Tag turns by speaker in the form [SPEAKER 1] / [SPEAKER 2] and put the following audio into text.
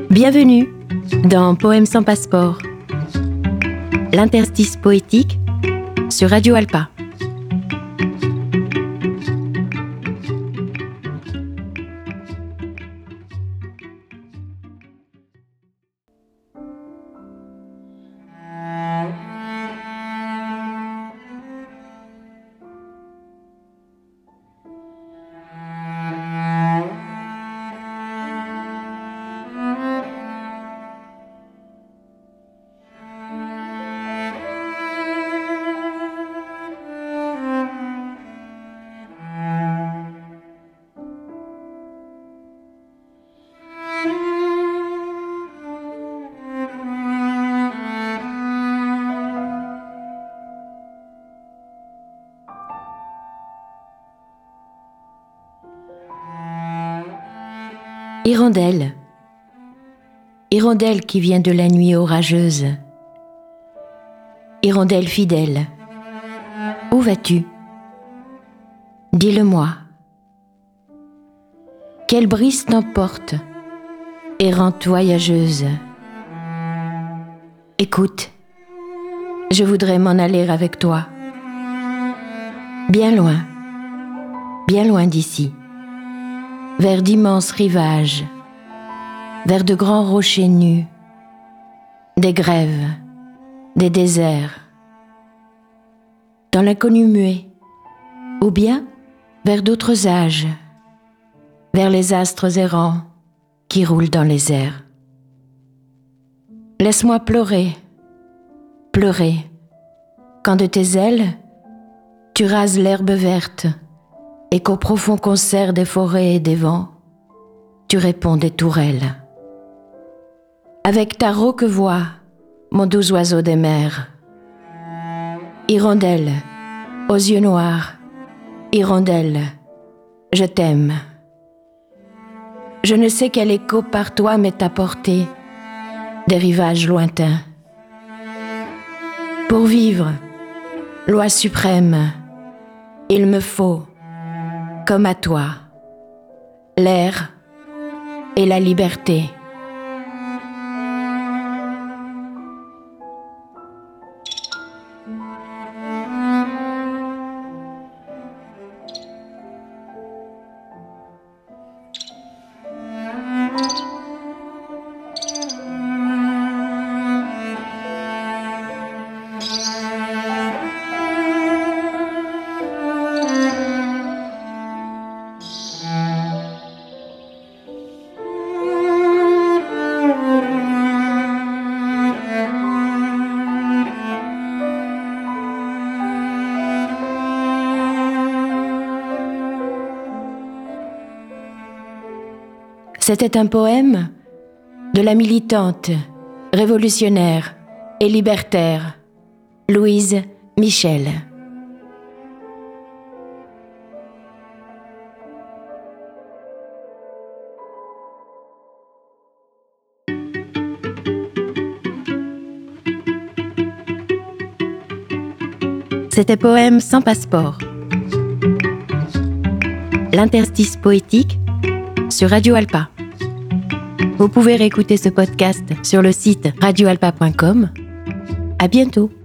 [SPEAKER 1] Bienvenue dans Poèmes sans passeport, l'interstice poétique sur Radio Alpa. Hirondelle, hirondelle qui vient de la nuit orageuse, hirondelle fidèle, où vas-tu? Dis-le-moi. Quelle brise t'emporte, errante voyageuse? Écoute, je voudrais m'en aller avec toi, bien loin d'ici. Vers d'immenses rivages, vers de grands rochers nus, des grèves, des déserts, dans l'inconnu muet, ou bien vers d'autres âges, vers les astres errants qui roulent dans les airs. Laisse-moi pleurer, quand de tes ailes, tu rases l'herbe verte, et qu'au profond concert des forêts et des vents, tu réponds des tourelles. Avec ta rauque voix, mon doux oiseau des mers. Hirondelle, aux yeux noirs, hirondelle, je t'aime. Je ne sais quel écho par toi m'est apporté des rivages lointains. Pour vivre, loi suprême, il me faut, comme à toi, l'air et la liberté. C'était un poème de la militante, révolutionnaire et libertaire, Louise Michel. C'était Poèmes sans passeport, l'interstice poétique sur Radio Alpa. Vous pouvez réécouter ce podcast sur le site radioalpa.com. À bientôt.